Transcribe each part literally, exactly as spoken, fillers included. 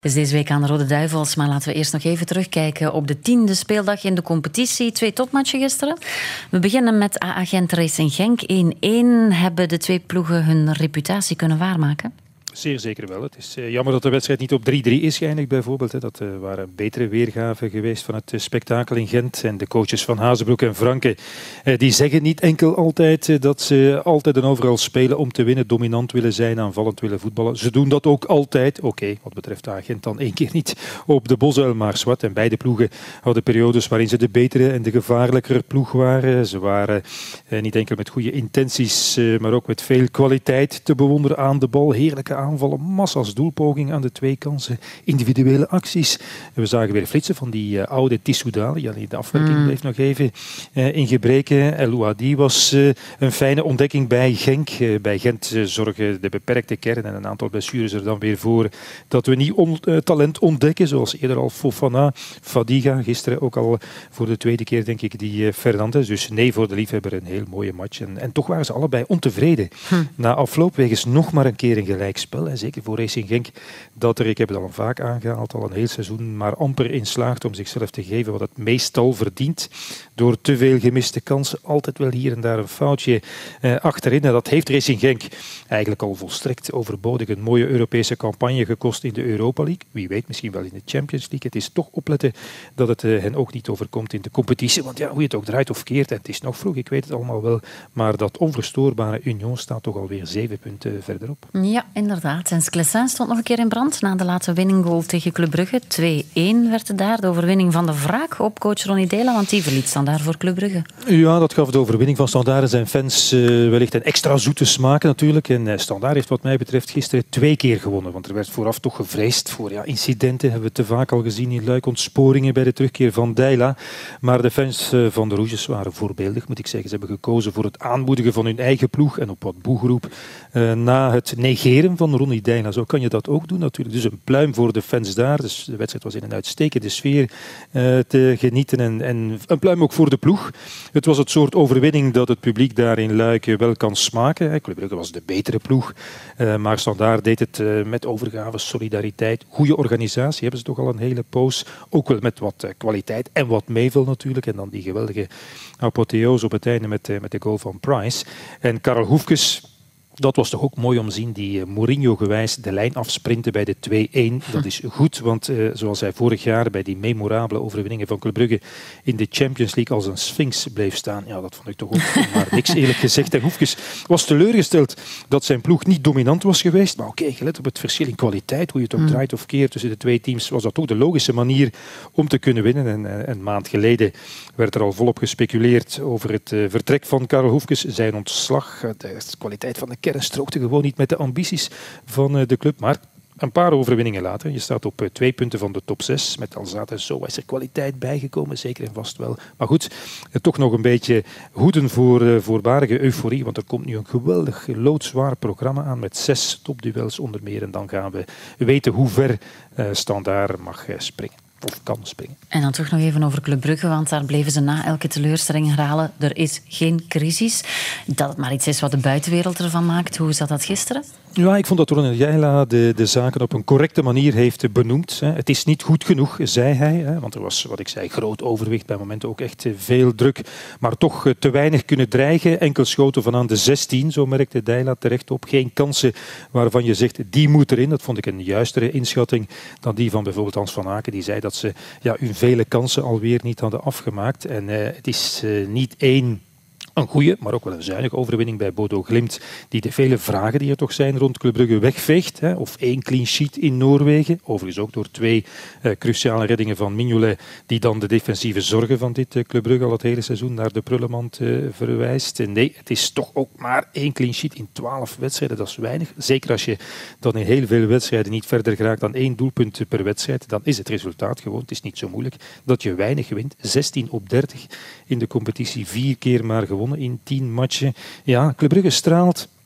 Het is deze week aan de Rode Duivels, maar laten we eerst nog even terugkijken op de tiende speeldag in de competitie. Twee topmatchen gisteren. We beginnen met A A Gent Racing Genk. één-één. Hebben de twee ploegen hun reputatie kunnen waarmaken? Zeer zeker wel. Het is uh, jammer dat de wedstrijd niet op drie-drie is geëindigd bijvoorbeeld. Hè. Dat uh, waren betere weergaven geweest van het uh, spektakel in Gent. En de coaches van Hazebroek en Franke, uh, die zeggen niet enkel altijd uh, dat ze altijd en overal spelen om te winnen, dominant willen zijn, aanvallend willen voetballen. Ze doen dat ook altijd. Oké, okay, wat betreft A A Gent dan één keer niet op de Bosuil, maar zwart. En beide ploegen hadden periodes waarin ze de betere en de gevaarlijkere ploeg waren. Ze waren uh, niet enkel met goede intenties, uh, maar ook met veel kwaliteit te bewonderen aan de bal. Heerlijke aanvallen, massa's doelpogingen aan de twee kansen, individuele acties. We zagen weer flitsen van die uh, oude Tissoudali. Ja, de afwerking mm. bleef nog even uh, in gebreken. El Ouadi was uh, een fijne ontdekking bij Genk. Uh, bij Gent uh, zorgen de beperkte kern en een aantal blessures er dan weer voor dat we niet on- uh, talent ontdekken, zoals eerder al Fofana, Fadiga, gisteren ook al voor de tweede keer denk ik die uh, Fernandes. Dus nee, voor de liefhebber een heel mooie match. En, en toch waren ze allebei ontevreden. Hm. Na afloop wegens nog maar een keer een gelijkspel. En zeker voor Racing Genk, dat er, ik heb het al vaak aangehaald, al een heel seizoen, maar amper in slaagt om zichzelf te geven wat het meestal verdient. Door te veel gemiste kansen, altijd wel hier en daar een foutje eh, achterin. En dat heeft Racing Genk eigenlijk al volstrekt overbodig een mooie Europese campagne gekost in de Europa League. Wie weet, misschien wel in de Champions League. Het is toch opletten dat het eh, hen ook niet overkomt in de competitie. Want ja, hoe je het ook draait of keert, en het is nog vroeg, ik weet het allemaal wel, maar dat onverstoorbare Union staat toch alweer zeven punten verderop. Ja, inderdaad. En Sclessin stond nog een keer in brand na de late winninggoal tegen Club Brugge. twee-één werd het daar. De overwinning van de wraak op coach Ronny Deila, want die verliet Standaard voor Club Brugge. Ja, dat gaf de overwinning van Standaard en zijn fans uh, wellicht een extra zoete smaak natuurlijk. En uh, Standaard heeft wat mij betreft gisteren twee keer gewonnen. Want er werd vooraf toch gevreesd voor ja, incidenten. Hebben we te vaak al gezien in Luik, ontsporingen bij de terugkeer van Deila. Maar de fans uh, van de Rouges waren voorbeeldig, moet ik zeggen. Ze hebben gekozen voor het aanmoedigen van hun eigen ploeg en op wat boegeroep uh, na het negeren van Ronny Deila. Zo kan je dat ook doen natuurlijk. Dus een pluim voor de fans daar. Dus de wedstrijd was in een uitstekende sfeer uh, te genieten. En, en een pluim ook voor de ploeg. Het was het soort overwinning dat het publiek daar in Luik wel kan smaken. Club Brugge was de betere ploeg. Uh, maar Standaard deed het uh, met overgave, solidariteit, goede organisatie. Hebben ze toch al een hele poos. Ook wel met wat uh, kwaliteit en wat meeval natuurlijk. En dan die geweldige apotheose op het einde met, uh, met de goal van Price. En Karel Hoefkes, dat was toch ook mooi om te zien, die Mourinho-gewijs de lijn afsprinten bij de twee-één. Dat is goed, want uh, zoals hij vorig jaar bij die memorabele overwinningen van Club Brugge in de Champions League als een sphinx bleef staan, ja, dat vond ik toch ook maar niks eerlijk gezegd. En Hoefkes was teleurgesteld dat zijn ploeg niet dominant was geweest. Maar oké, okay, gelet op het verschil in kwaliteit, hoe je het ook draait of keert tussen de twee teams, was dat toch de logische manier om te kunnen winnen. En uh, een maand geleden werd er al volop gespeculeerd over het uh, vertrek van Karel Hoefkes, zijn ontslag, de kwaliteit van de kern strookte gewoon niet met de ambities van de club. Maar een paar overwinningen later, je staat op twee punten van de top zes. Met Alzate zo is er kwaliteit bijgekomen, zeker en vast wel. Maar goed, toch nog een beetje hoeden voor voorbarige euforie, want er komt nu een geweldig loodzwaar programma aan met zes topduels onder meer. En dan gaan we weten hoe ver uh, Standaard mag springen. Of kan springen. En dan toch nog even over Club Brugge, want daar bleven ze na elke teleurstelling herhalen. Er is geen crisis. Dat het maar iets is wat de buitenwereld ervan maakt. Hoe zat dat gisteren? Ja, ik vond dat Ronny Deila de, de zaken op een correcte manier heeft benoemd. Hè. Het is niet goed genoeg, zei hij. Hè, want er was, wat ik zei, groot overwicht. Bij momenten ook echt veel druk. Maar toch te weinig kunnen dreigen. Enkel schoten van aan de zestien, zo merkte Deila terecht op. Geen kansen waarvan je zegt, die moet erin. Dat vond ik een juistere inschatting dan die van bijvoorbeeld Hans van Aken. Die zei dat ze ja, hun vele kansen alweer niet hadden afgemaakt. En uh, het is uh, niet één... Een goede, maar ook wel een zuinige overwinning bij Bodo Glimt, die de vele vragen die er toch zijn rond Club Brugge wegveegt. Hè. Of één clean sheet in Noorwegen. Overigens ook door twee uh, cruciale reddingen van Mignolet, die dan de defensieve zorgen van dit uh, Club Brugge al het hele seizoen naar de prullenmand uh, verwijst. En nee, het is toch ook maar één clean sheet in twaalf wedstrijden. Dat is weinig. Zeker als je dan in heel veel wedstrijden niet verder geraakt dan één doelpunt per wedstrijd, dan is het resultaat gewoon, het is niet zo moeilijk, dat je weinig wint. zestien op dertig in de competitie, vier keer maar gewonnen in tien matchen. Ja, Club Brugge straalt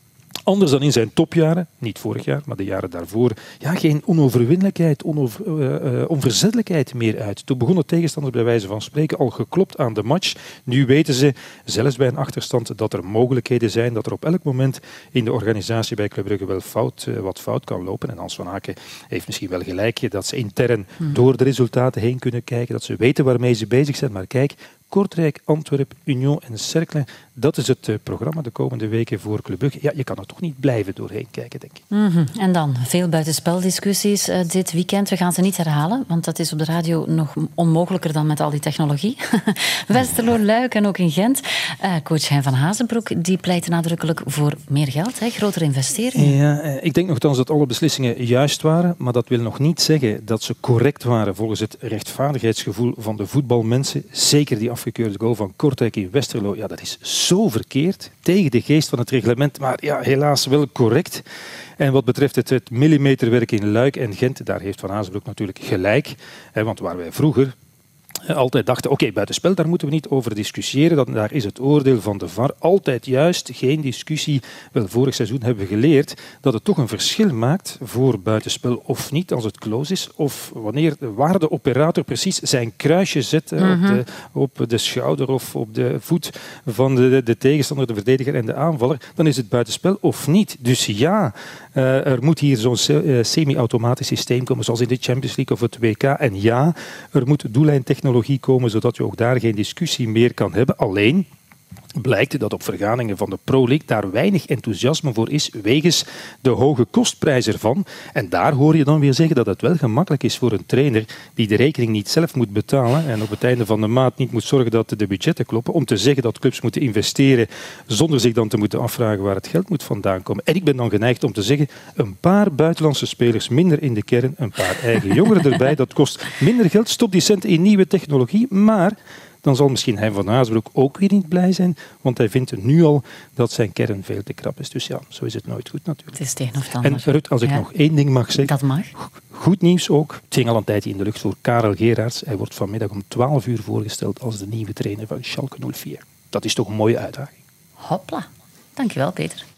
Anders dan in zijn topjaren, niet vorig jaar, maar de jaren daarvoor, ja, geen onoverwinnelijkheid, onover, uh, uh, onverzettelijkheid meer uit. Toen begonnen tegenstanders bij wijze van spreken al geklopt aan de match. Nu weten ze, zelfs bij een achterstand, dat er mogelijkheden zijn, dat er op elk moment in de organisatie bij Club Brugge wel fout, uh, wat fout kan lopen. En Hans van Aken heeft misschien wel gelijk, dat ze intern hmm. door de resultaten heen kunnen kijken, dat ze weten waarmee ze bezig zijn. Maar kijk, Kortrijk, Antwerpen, Union en Cercle, dat is het uh, programma de komende weken voor Club Brugge. Ja, je kan er toch niet blijven doorheen kijken, denk ik. Mm-hmm. En dan veel buitenspeldiscussies uh, dit weekend. We gaan ze niet herhalen, want dat is op de radio nog onmogelijker dan met al die technologie. Westerlo, Luik en ook in Gent. Uh, coach Hein van Hazenbroek, die pleit nadrukkelijk voor meer geld, hè, grotere investeringen. Ja, uh, ik denk nogthans dat alle beslissingen juist waren, maar dat wil nog niet zeggen dat ze correct waren volgens het rechtvaardigheidsgevoel van de voetbalmensen. Zeker die afgekeurde goal van Kortrijk in Westerlo, ja, dat is zo verkeerd, tegen de geest van het reglement, maar ja, helaas wel correct. En wat betreft het, het millimeterwerk in Luik en Gent, daar heeft Van Hazenbroek natuurlijk gelijk. Hè, want waar wij vroeger altijd dachten, oké, okay, buitenspel, daar moeten we niet over discussiëren. Dat, daar is het oordeel van de V A R altijd juist. Geen discussie. Wel, vorig seizoen hebben we geleerd dat het toch een verschil maakt voor buitenspel of niet, als het close is. Of wanneer, waar de operator precies zijn kruisje zet mm-hmm. op, de, op de schouder of op de voet van de, de tegenstander, de verdediger en de aanvaller, dan is het buitenspel of niet. Dus ja, uh, er moet hier zo'n uh, semi-automatisch systeem komen, zoals in de Champions League of het W K. En ja, er moet doellijntechnologie komen, zodat je ook daar geen discussie meer kan hebben. Alleen blijkt dat op vergaderingen van de Pro League daar weinig enthousiasme voor is, wegens de hoge kostprijs ervan. En daar hoor je dan weer zeggen dat het wel gemakkelijk is voor een trainer die de rekening niet zelf moet betalen en op het einde van de maand niet moet zorgen dat de budgetten kloppen, om te zeggen dat clubs moeten investeren zonder zich dan te moeten afvragen waar het geld moet vandaan komen. En ik ben dan geneigd om te zeggen, een paar buitenlandse spelers minder in de kern, een paar eigen jongeren erbij, dat kost minder geld, stop die cent in nieuwe technologie, maar dan zal misschien Hein van Hazenbroek ook weer niet blij zijn, want hij vindt nu al dat zijn kern veel te krap is. Dus ja, zo is het nooit goed natuurlijk. Het is tegen of ander. En Ruud, als ik ja. nog één ding mag zeggen. Dat mag. Goed nieuws ook. Het ging al een tijdje in de lucht voor Karel Gerards. Hij wordt vanmiddag om twaalf uur voorgesteld als de nieuwe trainer van Schalke nul vier. Dat is toch een mooie uitdaging. Hopla. Dankjewel, Peter.